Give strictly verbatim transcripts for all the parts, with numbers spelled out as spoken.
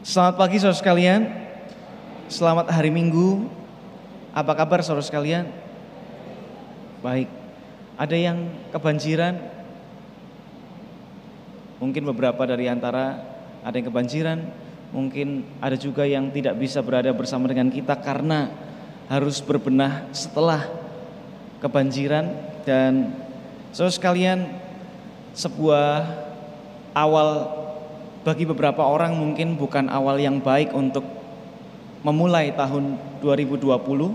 Selamat pagi saudara sekalian. Selamat hari Minggu. Apa kabar saudara sekalian? Baik. Ada yang kebanjiran? Mungkin beberapa dari antara ada yang kebanjiran. Mungkin ada juga yang tidak bisa berada bersama dengan kita karena harus berbenah setelah kebanjiran. Dan saudara sekalian, sebuah awal bagi beberapa orang mungkin bukan awal yang baik untuk memulai tahun dua ribu dua puluh,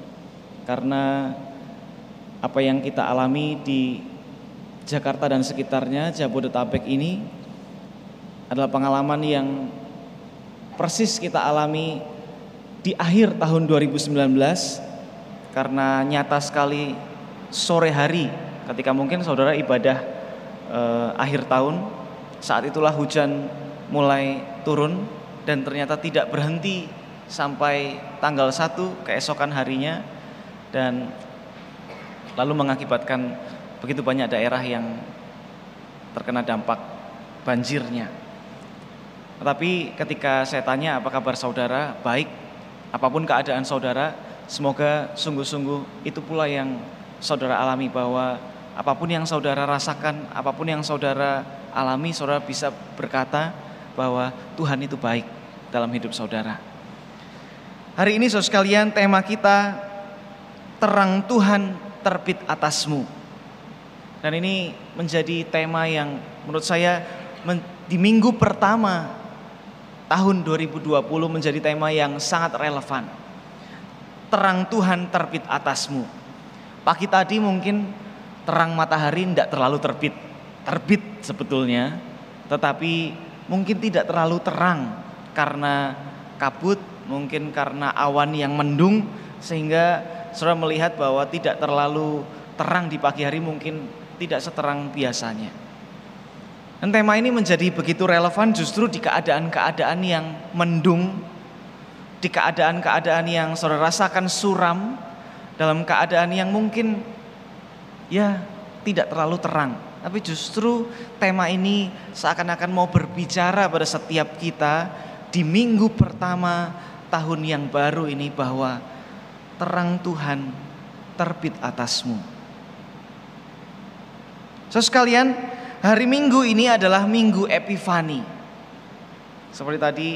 karena apa yang kita alami di Jakarta dan sekitarnya, Jabodetabek ini adalah pengalaman yang persis kita alami di akhir tahun dua ribu sembilan belas, karena nyata sekali sore hari ketika mungkin saudara ibadah eh, akhir tahun, saat itulah hujan mulai turun dan ternyata tidak berhenti sampai tanggal satu keesokan harinya, dan lalu mengakibatkan begitu banyak daerah yang terkena dampak banjirnya. Tetapi ketika saya tanya apa kabar saudara, baik, apapun keadaan saudara, semoga sungguh-sungguh itu pula yang saudara alami, bahwa apapun yang saudara rasakan, apapun yang saudara alami, saudara bisa berkata bahwa Tuhan itu baik dalam hidup saudara. Hari ini saudara sekalian, tema kita terang Tuhan terbit atasmu. Dan ini menjadi tema yang menurut saya di minggu pertama tahun dua ribu dua puluh menjadi tema yang sangat relevan. Terang Tuhan terbit atasmu. Pagi tadi mungkin terang matahari tidak terlalu terbit, terbit sebetulnya, tetapi mungkin tidak terlalu terang karena kabut, mungkin karena awan yang mendung, sehingga saudara melihat bahwa tidak terlalu terang di pagi hari, mungkin tidak seterang biasanya. Dan tema ini menjadi begitu relevan justru di keadaan-keadaan yang mendung, di keadaan-keadaan yang saudara rasakan suram, dalam keadaan yang mungkin ya tidak terlalu terang. Tapi justru tema ini seakan-akan mau berbicara pada setiap kita di minggu pertama tahun yang baru ini, bahwa terang Tuhan terbit atasmu. Saudara sekalian, hari Minggu ini adalah Minggu Epifani. Seperti tadi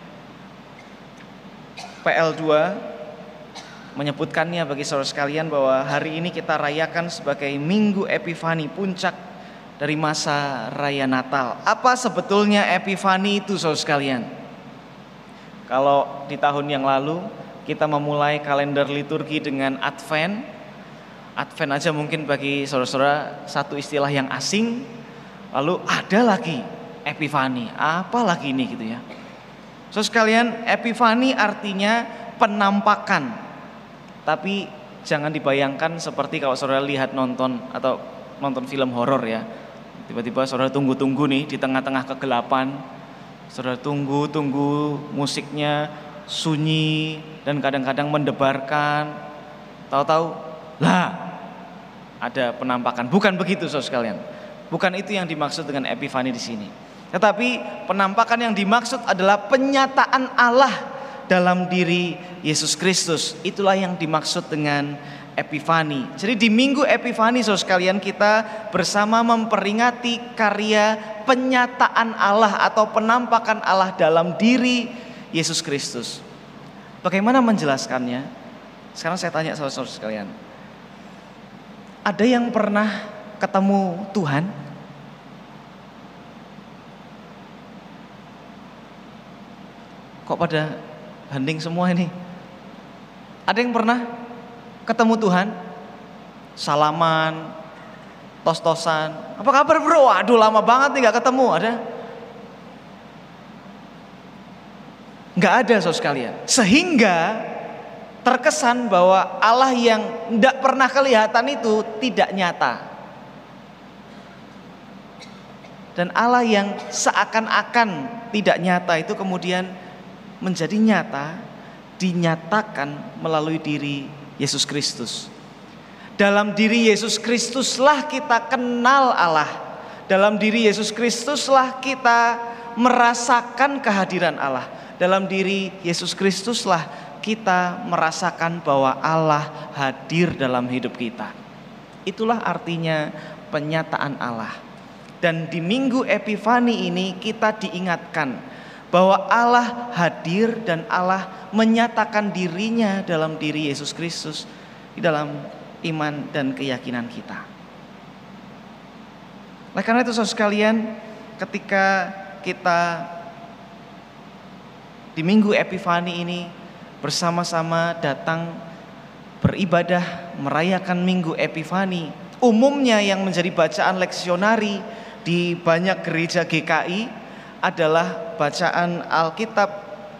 P L dua menyebutkannya bagi saudara sekalian, bahwa hari ini kita rayakan sebagai Minggu Epifani, puncak dari masa raya Natal. Apa sebetulnya Epifani itu saudara sekalian? Kalau di tahun yang lalu kita memulai kalender liturgi dengan Advent. Advent aja mungkin bagi saudara-saudara satu istilah yang asing. Lalu ada lagi Epifani, apa lagi ini gitu ya. Saudara sekalian, Epifani artinya penampakan. Tapi jangan dibayangkan seperti kalau saudara lihat nonton atau nonton film horor ya. Tiba-tiba saudara tunggu-tunggu nih di tengah-tengah kegelapan. Saudara tunggu-tunggu, musiknya sunyi dan kadang-kadang mendebarkan. Tahu-tahu, lah ada penampakan. Bukan begitu saudara sekalian. Bukan itu yang dimaksud dengan Epifani di sini. Tetapi penampakan yang dimaksud adalah penyataan Allah dalam diri Yesus Kristus. Itulah yang dimaksud dengan Epifani. Jadi di minggu Epifani saudara sekalian, kita bersama memperingati karya penyataan Allah atau penampakan Allah dalam diri Yesus Kristus. Bagaimana menjelaskannya? Sekarang saya tanya saudara-saudara sekalian, ada yang pernah ketemu Tuhan? Kok pada hening semua ini? Ada yang pernah ketemu Tuhan? Salaman, tos-tosan. Apa kabar bro? Waduh lama banget nih gak ketemu. Ada? Gak ada saudara sekalian. Sehingga terkesan bahwa Allah yang tidak pernah kelihatan itu tidak nyata. Dan Allah yang seakan-akan tidak nyata itu kemudian menjadi nyata, dinyatakan melalui diri Yesus Kristus. Dalam diri Yesus Kristuslah kita kenal Allah. Dalam diri Yesus Kristuslah kita merasakan kehadiran Allah. Dalam diri Yesus Kristuslah kita merasakan bahwa Allah hadir dalam hidup kita. Itulah artinya penyataan Allah. Dan di Minggu Epifani ini kita diingatkan bahwa Allah hadir dan Allah menyatakan dirinya dalam diri Yesus Kristus di dalam iman dan keyakinan kita. Oleh karena itu saudara sekalian, ketika kita di Minggu Epifani ini bersama-sama datang beribadah merayakan Minggu Epifani, umumnya yang menjadi bacaan leksionari di banyak gereja G K I adalah bacaan Alkitab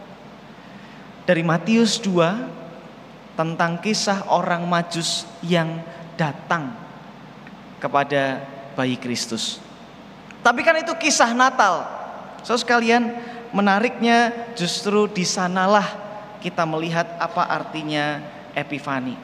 dari Matius dua tentang kisah orang Majus yang datang kepada bayi Kristus. Tapi kan itu kisah Natal. So sekalian, menariknya justru di sanalah kita melihat apa artinya Epifani.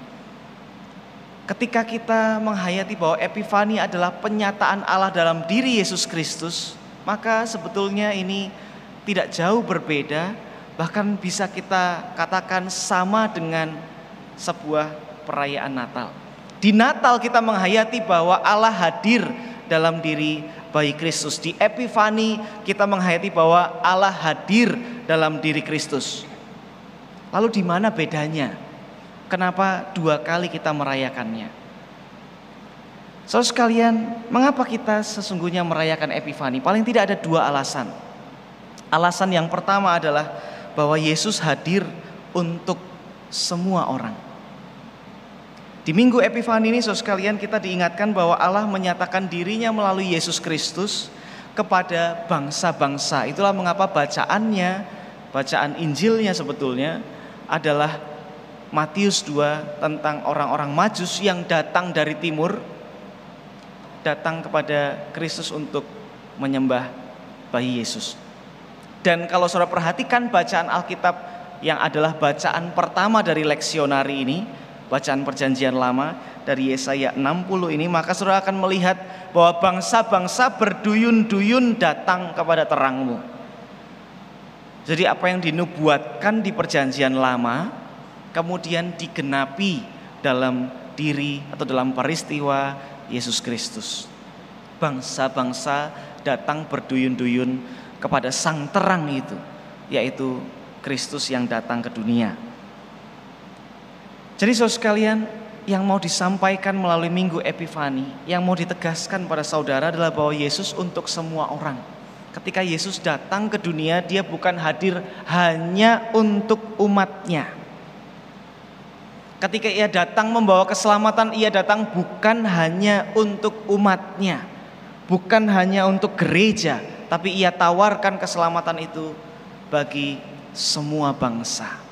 Ketika kita menghayati bahwa Epifani adalah penyataan Allah dalam diri Yesus Kristus, maka sebetulnya ini tidak jauh berbeda, bahkan bisa kita katakan sama dengan sebuah perayaan Natal. Di Natal kita menghayati bahwa Allah hadir dalam diri bayi Kristus. Di Epifani kita menghayati bahwa Allah hadir dalam diri Kristus. Lalu di mana bedanya? Kenapa dua kali kita merayakannya? Saudara sekalian, mengapa kita sesungguhnya merayakan Epifani? Paling tidak ada dua alasan. Alasan yang pertama adalah bahwa Yesus hadir untuk semua orang. Di Minggu Epifani ini saudara sekalian kita diingatkan bahwa Allah menyatakan dirinya melalui Yesus Kristus kepada bangsa-bangsa. Itulah mengapa bacaannya, bacaan Injilnya sebetulnya adalah Matius dua tentang orang-orang Majus yang datang dari timur, datang kepada Kristus untuk menyembah bayi Yesus. Dan kalau saudara perhatikan bacaan Alkitab yang adalah bacaan pertama dari leksionari ini, bacaan perjanjian lama dari Yesaya enam puluh ini, maka saudara akan melihat bahwa bangsa-bangsa berduyun-duyun datang kepada terangmu. Jadi apa yang dinubuatkan di perjanjian lama kemudian digenapi dalam diri atau dalam peristiwa Yesus Kristus. Bangsa-bangsa datang berduyun-duyun kepada sang terang itu, yaitu Kristus yang datang ke dunia. Jadi saudara sekalian, yang mau disampaikan melalui Minggu Epifani, yang mau ditegaskan pada saudara adalah bahwa Yesus untuk semua orang. Ketika Yesus datang ke dunia, dia bukan hadir hanya untuk umatnya. Ketika ia datang membawa keselamatan, ia datang bukan hanya untuk umatnya, bukan hanya untuk gereja, tapi ia tawarkan keselamatan itu bagi semua bangsa.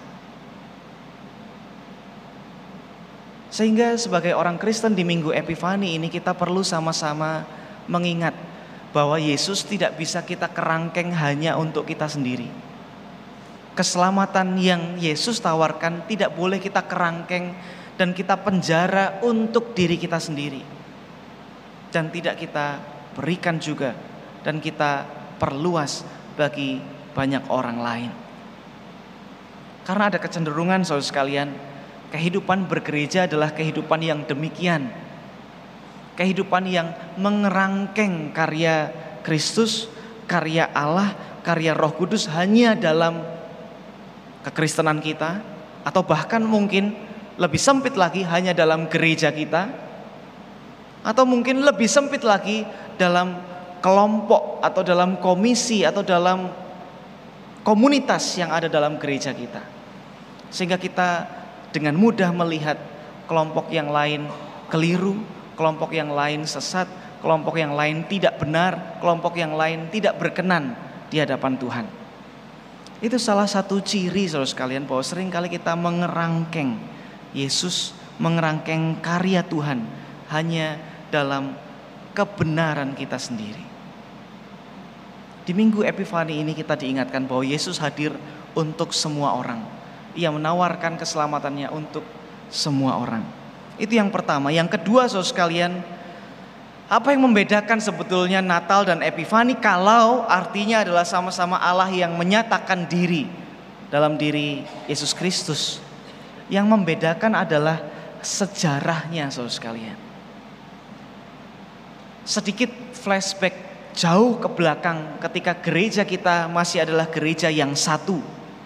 Sehingga sebagai orang Kristen di Minggu Epifani ini kita perlu sama-sama mengingat bahwa Yesus tidak bisa kita kerangkeng hanya untuk kita sendiri. Keselamatan yang Yesus tawarkan tidak boleh kita kerangkeng dan kita penjara untuk diri kita sendiri. Dan tidak kita berikan juga dan kita perluas bagi banyak orang lain. Karena ada kecenderungan saudara sekalian, kehidupan bergereja adalah kehidupan yang demikian. Kehidupan yang mengerangkeng karya Kristus, karya Allah, karya Roh Kudus hanya dalam kekristenan kita, atau bahkan mungkin lebih sempit lagi hanya dalam gereja kita, atau mungkin lebih sempit lagi dalam kelompok atau dalam komisi atau dalam komunitas yang ada dalam gereja kita. Sehingga kita dengan mudah melihat kelompok yang lain keliru, kelompok yang lain sesat, kelompok yang lain tidak benar, kelompok yang lain tidak berkenan di hadapan Tuhan. Itu salah satu ciri saudara sekalian bahwa seringkali kita mengerangkeng Yesus, mengerangkeng karya Tuhan hanya dalam kebenaran kita sendiri. Di Minggu Epifani ini kita diingatkan bahwa Yesus hadir untuk semua orang. Ia menawarkan keselamatannya untuk semua orang. Itu yang pertama. Yang kedua saudara sekalian, Apa yang membedakan sebetulnya Natal dan Epifani kalau artinya adalah sama-sama Allah yang menyatakan diri dalam diri Yesus Kristus? Yang membedakan adalah sejarahnya, saudara sekalian. Sedikit flashback jauh ke belakang ketika gereja kita masih adalah gereja yang satu.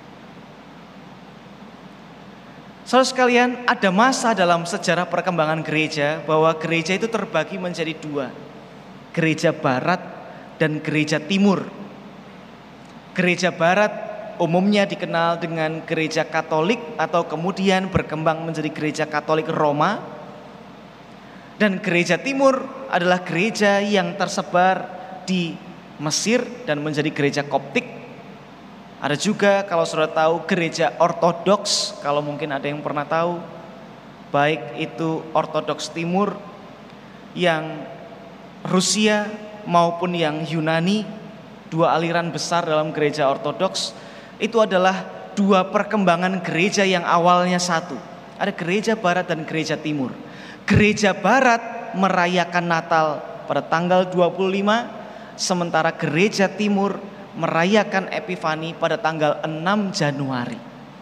Saudara sekalian, ada masa dalam sejarah perkembangan gereja bahwa gereja itu terbagi menjadi dua. Gereja Barat dan Gereja Timur. Gereja Barat umumnya dikenal dengan Gereja Katolik atau kemudian berkembang menjadi Gereja Katolik Roma. Dan Gereja Timur adalah gereja yang tersebar di Mesir dan menjadi Gereja Koptik. Ada juga kalau saudara tahu gereja ortodoks, kalau mungkin ada yang pernah tahu, baik itu ortodoks timur yang Rusia maupun yang Yunani, dua aliran besar dalam gereja ortodoks, itu adalah dua perkembangan gereja yang awalnya satu. Ada gereja barat dan gereja timur. Gereja barat merayakan Natal pada tanggal dua puluh lima, sementara gereja timur merayakan Epifani pada tanggal enam Januari.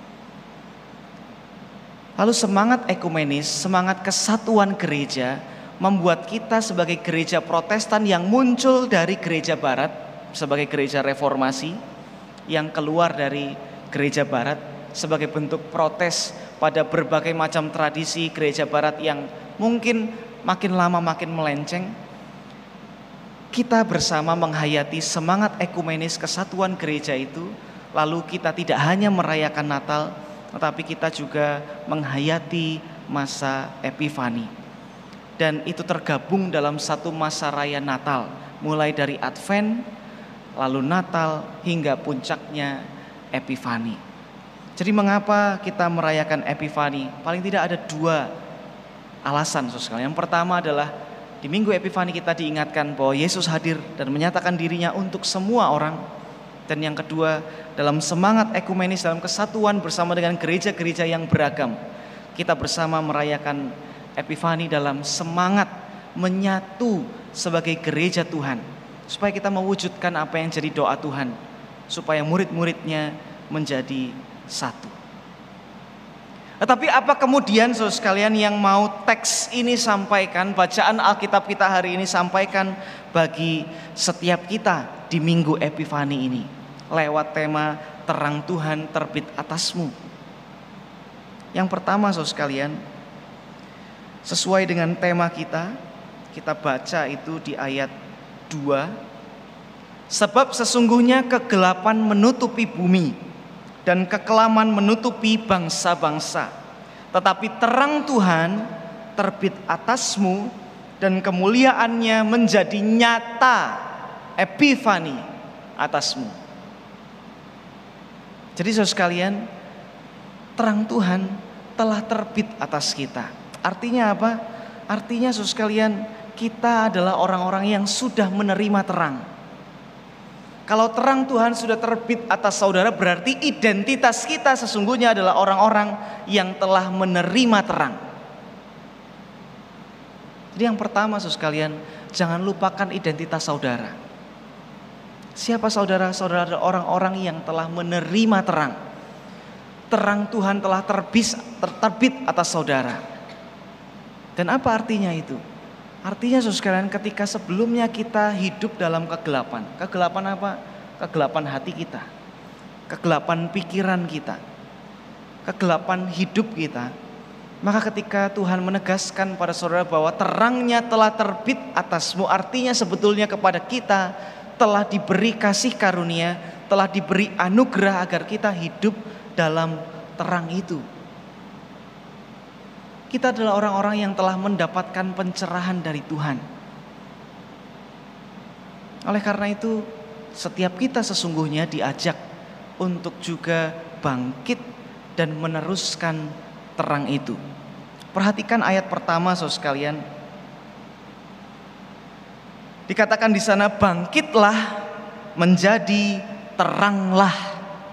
Lalu semangat ekumenis, semangat kesatuan gereja membuat kita sebagai gereja Protestan yang muncul dari gereja Barat sebagai gereja reformasi yang keluar dari gereja Barat sebagai bentuk protes pada berbagai macam tradisi gereja Barat yang mungkin makin lama makin melenceng. Kita bersama menghayati semangat ekumenis kesatuan gereja itu, lalu kita tidak hanya merayakan Natal, tetapi kita juga menghayati masa Epifani. Dan itu tergabung dalam satu masa raya Natal, mulai dari Advent, lalu Natal, hingga puncaknya Epifani. Jadi mengapa kita merayakan Epifani? Paling tidak ada dua alasan, saudara sekalian. Yang pertama adalah di Minggu Epifani kita diingatkan bahwa Yesus hadir dan menyatakan dirinya untuk semua orang. Dan yang kedua, dalam semangat ekumenis, dalam kesatuan bersama dengan gereja-gereja yang beragam, kita bersama merayakan Epifani dalam semangat menyatu sebagai gereja Tuhan, supaya kita mewujudkan apa yang jadi doa Tuhan, supaya murid-muridnya menjadi satu. Tetapi apa kemudian saudara sekalian yang mau teks ini sampaikan, bacaan Alkitab kita hari ini sampaikan bagi setiap kita di Minggu Epifani ini lewat tema terang Tuhan terbit atasmu. Yang pertama saudara sekalian, sesuai dengan tema kita, kita baca itu di ayat dua. Sebab sesungguhnya kegelapan menutupi bumi dan kekelaman menutupi bangsa-bangsa, tetapi terang Tuhan terbit atasmu dan kemuliaannya menjadi nyata, Epifani, atasmu. Jadi saudara sekalian, terang Tuhan telah terbit atas kita. Artinya apa? Artinya saudara sekalian, kita adalah orang-orang yang sudah menerima terang. Kalau terang Tuhan sudah terbit atas saudara, berarti identitas kita sesungguhnya adalah orang-orang yang telah menerima terang. Jadi yang pertama saudara sekalian, jangan lupakan identitas saudara. Siapa saudara? Saudara adalah orang-orang yang telah menerima terang. Terang Tuhan telah terbit, terbit atas saudara. Dan apa artinya itu? Artinya saudara sekalian, ketika sebelumnya kita hidup dalam kegelapan. Kegelapan apa? Kegelapan hati kita, kegelapan pikiran kita, kegelapan hidup kita. Maka ketika Tuhan menegaskan pada saudara bahwa terangnya telah terbit atasmu, artinya sebetulnya kepada kita telah diberi kasih karunia, telah diberi anugerah agar kita hidup dalam terang itu. Kita adalah orang-orang yang telah mendapatkan pencerahan dari Tuhan. Oleh karena itu, setiap kita sesungguhnya diajak untuk juga bangkit dan meneruskan terang itu. Perhatikan ayat pertama saudara sekalian. Dikatakan di sana, bangkitlah menjadi teranglah.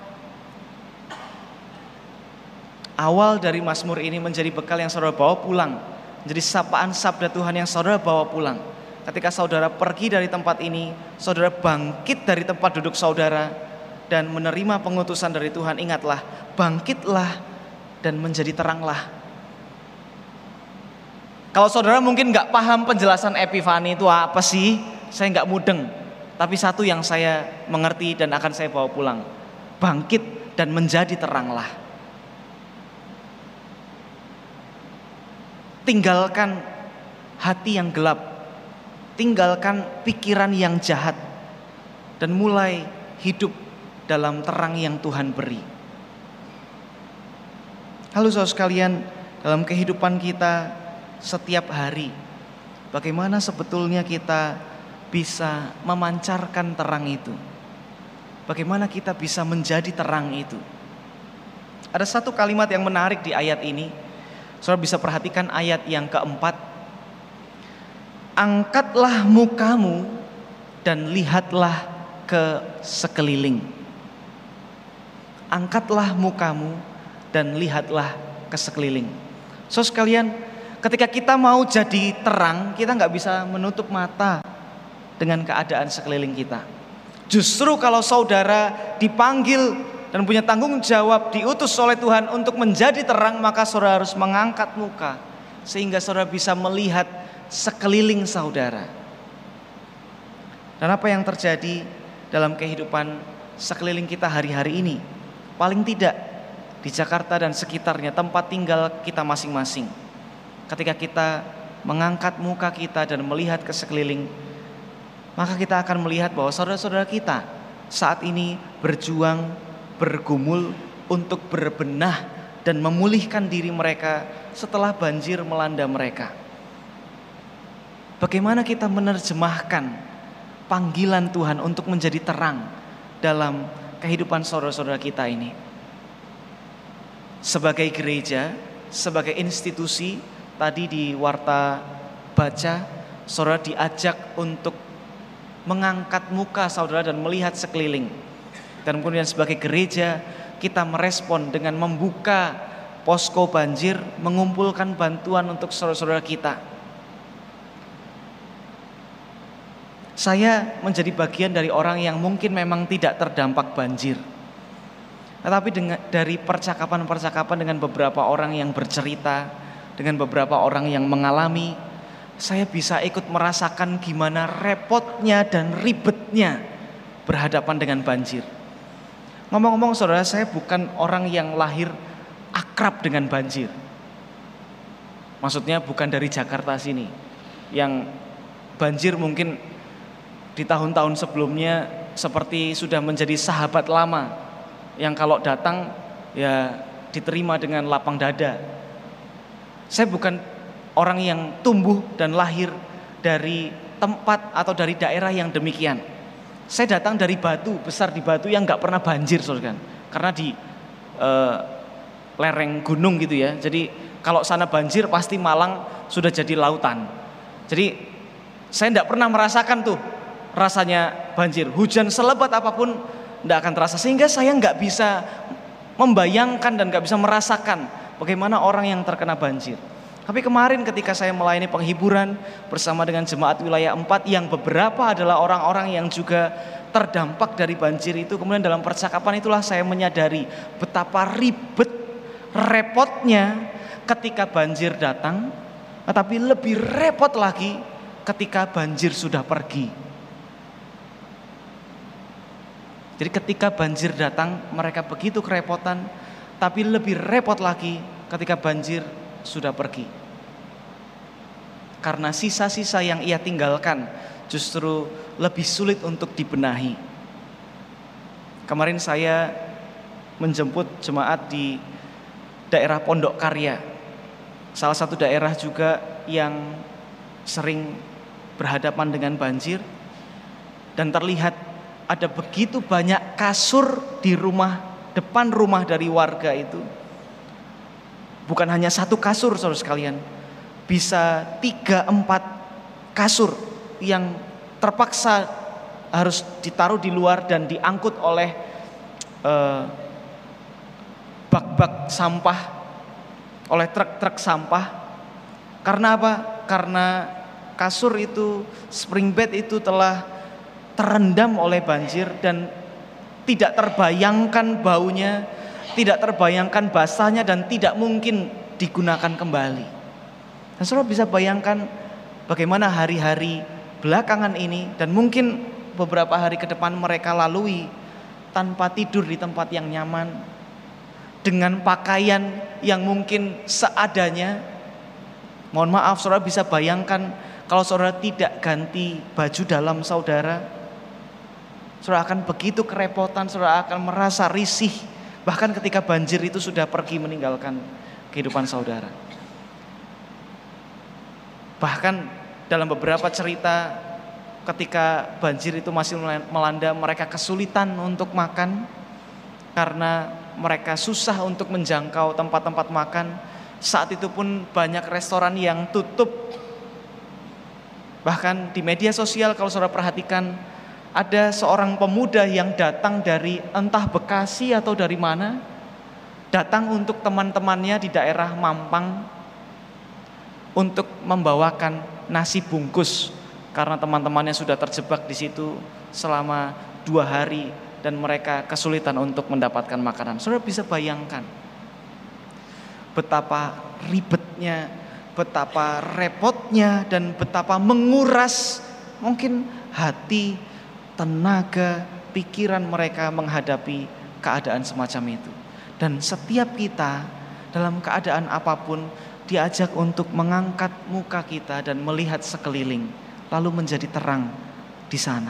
Awal dari Mazmur ini menjadi bekal yang saudara bawa pulang, menjadi sapaan sabda Tuhan yang saudara bawa pulang. ketika saudara pergi dari tempat ini, saudara bangkit dari tempat duduk saudara dan menerima pengutusan dari Tuhan, ingatlah, bangkitlah dan menjadi teranglah. Kalau saudara mungkin gak paham penjelasan Epifani itu apa sih, saya gak mudeng. Tapi satu yang saya mengerti dan akan saya bawa pulang, bangkit dan menjadi teranglah. Tinggalkan hati yang gelap, tinggalkan pikiran yang jahat, dan mulai hidup dalam terang yang Tuhan beri. Halo saudara sekalian, dalam kehidupan kita setiap hari, bagaimana sebetulnya kita bisa memancarkan terang itu? Bagaimana kita bisa menjadi terang itu? Ada satu kalimat yang menarik di ayat ini. Saudara bisa perhatikan ayat yang keempat. Angkatlah mukamu dan lihatlah ke sekeliling. Angkatlah mukamu dan lihatlah ke sekeliling. Saudara sekalian, ketika kita mau jadi terang, kita nggak bisa menutup mata dengan keadaan sekeliling kita. Justru kalau saudara dipanggil dan punya tanggung jawab, diutus oleh Tuhan untuk menjadi terang, maka saudara harus mengangkat muka sehingga saudara bisa melihat sekeliling saudara. Dan apa yang terjadi dalam kehidupan sekeliling kita hari-hari ini? Paling tidak di Jakarta dan sekitarnya, tempat tinggal kita masing-masing. Ketika kita mengangkat muka kita dan melihat ke sekeliling, maka kita akan melihat bahwa saudara-saudara kita saat ini berjuang, bergumul untuk berbenah dan memulihkan diri mereka setelah banjir melanda mereka. Bagaimana kita menerjemahkan panggilan Tuhan untuk menjadi terang dalam kehidupan saudara-saudara kita ini? Sebagai gereja, sebagai institusi, tadi di warta baca, saudara diajak untuk mengangkat muka saudara dan melihat sekeliling. Dan kemudian sebagai gereja kita merespon dengan membuka posko banjir, mengumpulkan bantuan untuk saudara-saudara kita. Saya menjadi bagian dari orang yang mungkin memang tidak terdampak banjir. Tetapi dengan, dari percakapan-percakapan dengan beberapa orang yang bercerita, dengan beberapa orang yang mengalami, saya bisa ikut merasakan gimana repotnya dan ribetnya berhadapan dengan banjir. Ngomong-ngomong saudara, saya bukan orang yang lahir akrab dengan banjir. Maksudnya bukan dari Jakarta sini, yang banjir mungkin di tahun-tahun sebelumnya seperti sudah menjadi sahabat lama, yang kalau datang ya diterima dengan lapang dada. Saya bukan orang yang tumbuh dan lahir dari tempat atau dari daerah yang demikian. Saya datang dari Batu, besar di Batu yang gak pernah banjir saudara, karena di uh, lereng gunung gitu ya. Jadi kalau sana banjir pasti Malang sudah jadi lautan. Jadi saya gak pernah merasakan tuh rasanya banjir. Hujan selebat apapun gak akan terasa, sehingga saya gak bisa membayangkan dan gak bisa merasakan bagaimana orang yang terkena banjir. Tapi kemarin ketika saya melayani penghiburan bersama dengan jemaat wilayah empat yang beberapa adalah orang-orang yang juga terdampak dari banjir itu, kemudian dalam percakapan itulah saya menyadari betapa ribet, repotnya ketika banjir datang, tetapi lebih repot lagi ketika banjir sudah pergi. Jadi ketika banjir datang mereka begitu kerepotan, tapi lebih repot lagi ketika banjir sudah pergi. Karena sisa-sisa yang ia tinggalkan justru lebih sulit untuk dibenahi. Kemarin saya menjemput jemaat di daerah Pondok Karya, salah satu daerah juga yang sering berhadapan dengan banjir, dan terlihat ada begitu banyak kasur di rumah, depan rumah dari warga itu. Bukan hanya satu kasur saudara sekalian, bisa tiga empat kasur yang terpaksa harus ditaruh di luar dan diangkut oleh eh, bak-bak sampah, oleh truk-truk sampah. Karena apa? Karena kasur itu, spring bed itu telah terendam oleh banjir dan tidak terbayangkan baunya, tidak terbayangkan basahnya dan tidak mungkin digunakan kembali. Dan saudara bisa bayangkan bagaimana hari-hari belakangan ini dan mungkin beberapa hari ke depan mereka lalui tanpa tidur di tempat yang nyaman, dengan pakaian yang mungkin seadanya. Mohon maaf, saudara bisa bayangkan kalau saudara tidak ganti baju dalam saudara, saudara akan begitu kerepotan, saudara akan merasa risih, bahkan ketika banjir itu sudah pergi meninggalkan kehidupan saudara. Bahkan dalam beberapa cerita ketika banjir itu masih melanda, mereka kesulitan untuk makan karena mereka susah untuk menjangkau tempat-tempat makan. Saat itu pun banyak restoran yang tutup. Bahkan di media sosial kalau saudara perhatikan, ada seorang pemuda yang datang dari entah Bekasi atau dari mana, datang untuk teman-temannya di daerah Mampang untuk membawakan nasi bungkus karena teman-temannya sudah terjebak di situ selama dua hari dan mereka kesulitan untuk mendapatkan makanan. Saudara bisa bayangkan betapa ribetnya, betapa repotnya, dan betapa menguras mungkin hati, tenaga, pikiran mereka menghadapi keadaan semacam itu. Dan setiap kita dalam keadaan apapun diajak untuk mengangkat muka kita dan melihat sekeliling, lalu menjadi terang di sana.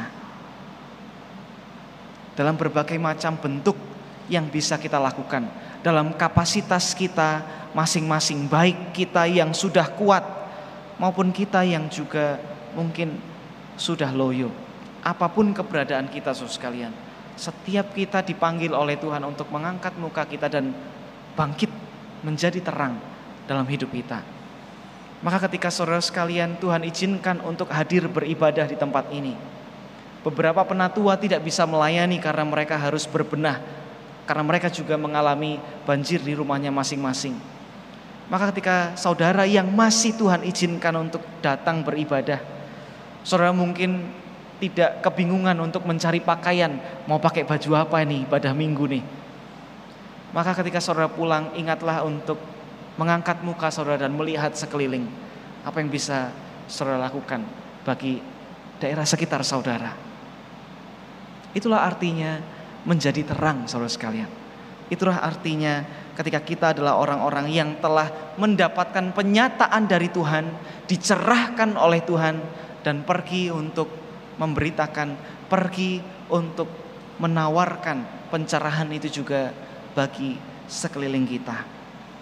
Dalam berbagai macam bentuk yang bisa kita lakukan, dalam kapasitas kita masing-masing, baik kita yang sudah kuat maupun kita yang juga mungkin sudah loyo. Apapun keberadaan kita, saudara sekalian, setiap kita dipanggil oleh Tuhan untuk mengangkat muka kita dan bangkit menjadi terang dalam hidup kita. Maka ketika saudara sekalian Tuhan izinkan untuk hadir beribadah di tempat ini, beberapa penatua tidak bisa melayani karena mereka harus berbenah, karena mereka juga mengalami banjir di rumahnya masing-masing. Maka ketika saudara yang masih Tuhan izinkan untuk datang beribadah, saudara mungkin tidak kebingungan untuk mencari pakaian, mau pakai baju apa ini ibadah minggu nih. Maka ketika saudara pulang, ingatlah untuk mengangkat muka saudara dan melihat sekeliling apa yang bisa saudara lakukan bagi daerah sekitar saudara. Itulah artinya menjadi terang, saudara sekalian. Itulah artinya ketika kita adalah orang-orang yang telah mendapatkan penyataan dari Tuhan, dicerahkan oleh Tuhan dan pergi untuk memberitakan, pergi untuk menawarkan pencerahan itu juga bagi sekeliling kita.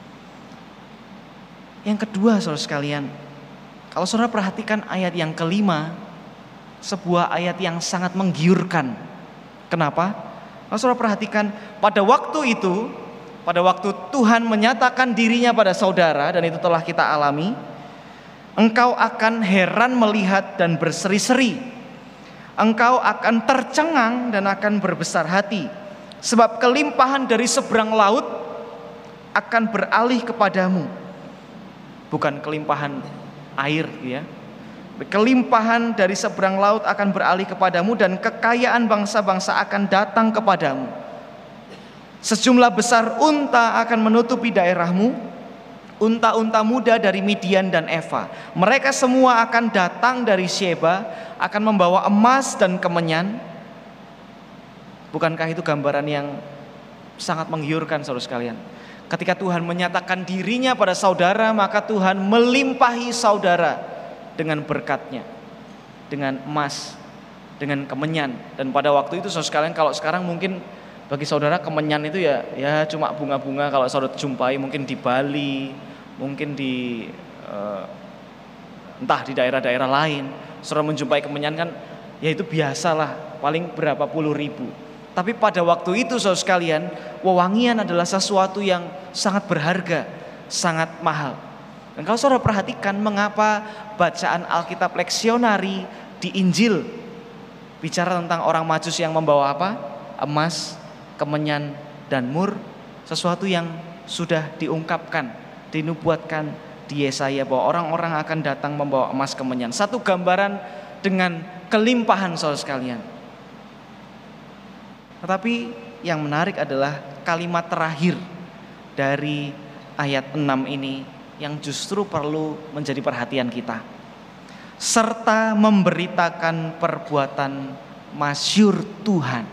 Yang kedua, saudara sekalian, kalau saudara perhatikan ayat yang kelima, sebuah ayat yang sangat menggiurkan. Kenapa? Kalau saudara perhatikan, pada waktu itu, pada waktu Tuhan menyatakan dirinya pada saudara, dan itu telah kita alami, engkau akan heran melihat dan berseri-seri. Engkau akan tercengang dan akan berbesar hati, sebab kelimpahan dari seberang laut akan beralih kepadamu. Bukan kelimpahan air ya. Kelimpahan dari seberang laut akan beralih kepadamu dan kekayaan bangsa-bangsa akan datang kepadamu. Sejumlah besar unta akan menutupi daerahmu, unta-unta muda dari Midian dan Eva. Mereka semua akan datang dari Sheba, akan membawa emas dan kemenyan. Bukankah itu gambaran yang sangat menggiurkan, saudara sekalian? Ketika Tuhan menyatakan dirinya pada saudara, maka Tuhan melimpahi saudara dengan berkatnya, dengan emas, dengan kemenyan. Dan pada waktu itu saudara sekalian, kalau sekarang mungkin bagi saudara kemenyan itu ya ya cuma bunga-bunga kalau saudara jumpai mungkin di Bali, mungkin di uh, entah di daerah-daerah lain. Saudara menjumpai kemenyan kan ya itu biasalah, paling berapa puluh ribu. Tapi pada waktu itu saudara sekalian, wewangian adalah sesuatu yang sangat berharga, sangat mahal. Dan kalau saudara perhatikan mengapa bacaan Alkitab leksionari di Injil bicara tentang orang Majus yang membawa apa? Emas, kemenyan, dan mur, sesuatu yang sudah diungkapkan, dinubuatkan di Yesaya bahwa orang-orang akan datang membawa emas kemenyan. Satu gambaran dengan kelimpahan saudara sekalian. Tetapi yang menarik adalah kalimat terakhir dari ayat enam ini yang justru perlu menjadi perhatian kita. Serta memberitakan perbuatan masyhur Tuhan.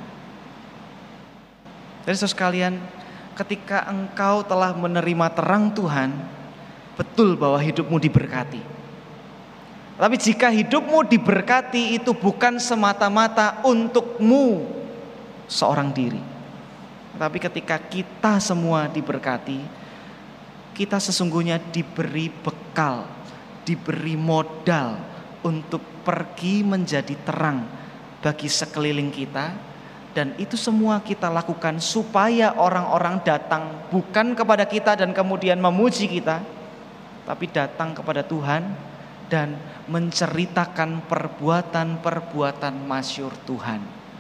Jadi saudara sekalian, ketika engkau telah menerima terang Tuhan, betul bahwa hidupmu diberkati. Tapi jika hidupmu diberkati itu bukan semata-mata untukmu seorang diri. Tapi ketika kita semua diberkati, kita sesungguhnya diberi bekal, diberi modal untuk pergi menjadi terang bagi sekeliling kita. Dan itu semua kita lakukan supaya orang-orang datang bukan kepada kita dan kemudian memuji kita, tapi datang kepada Tuhan dan menceritakan perbuatan-perbuatan masyhur Tuhan.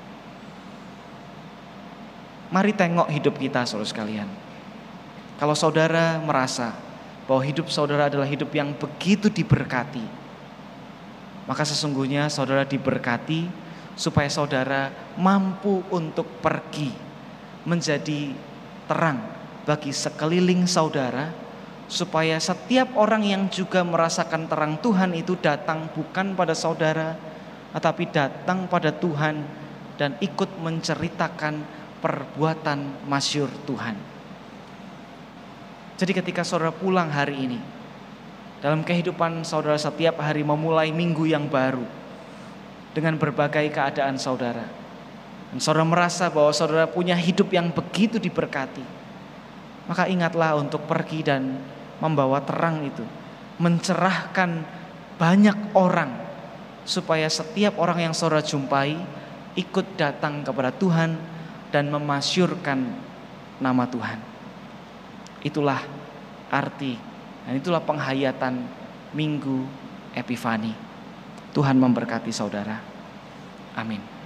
Mari tengok hidup kita saudara sekalian. Kalau saudara merasa bahwa hidup saudara adalah hidup yang begitu diberkati, maka sesungguhnya saudara diberkati supaya saudara mampu untuk pergi menjadi terang bagi sekeliling saudara, supaya setiap orang yang juga merasakan terang Tuhan itu datang bukan pada saudara, tetapi datang pada Tuhan dan ikut menceritakan perbuatan masyhur Tuhan. Jadi ketika saudara pulang hari ini, dalam kehidupan saudara setiap hari memulai minggu yang baru, dengan berbagai keadaan saudara, dan saudara merasa bahwa saudara punya hidup yang begitu diberkati, maka ingatlah untuk pergi dan membawa terang itu, mencerahkan banyak orang, supaya setiap orang yang saudara jumpai ikut datang kepada Tuhan dan memasyurkan nama Tuhan. Itulah arti dan itulah penghayatan Minggu Epifani. Tuhan memberkati saudara. Amin.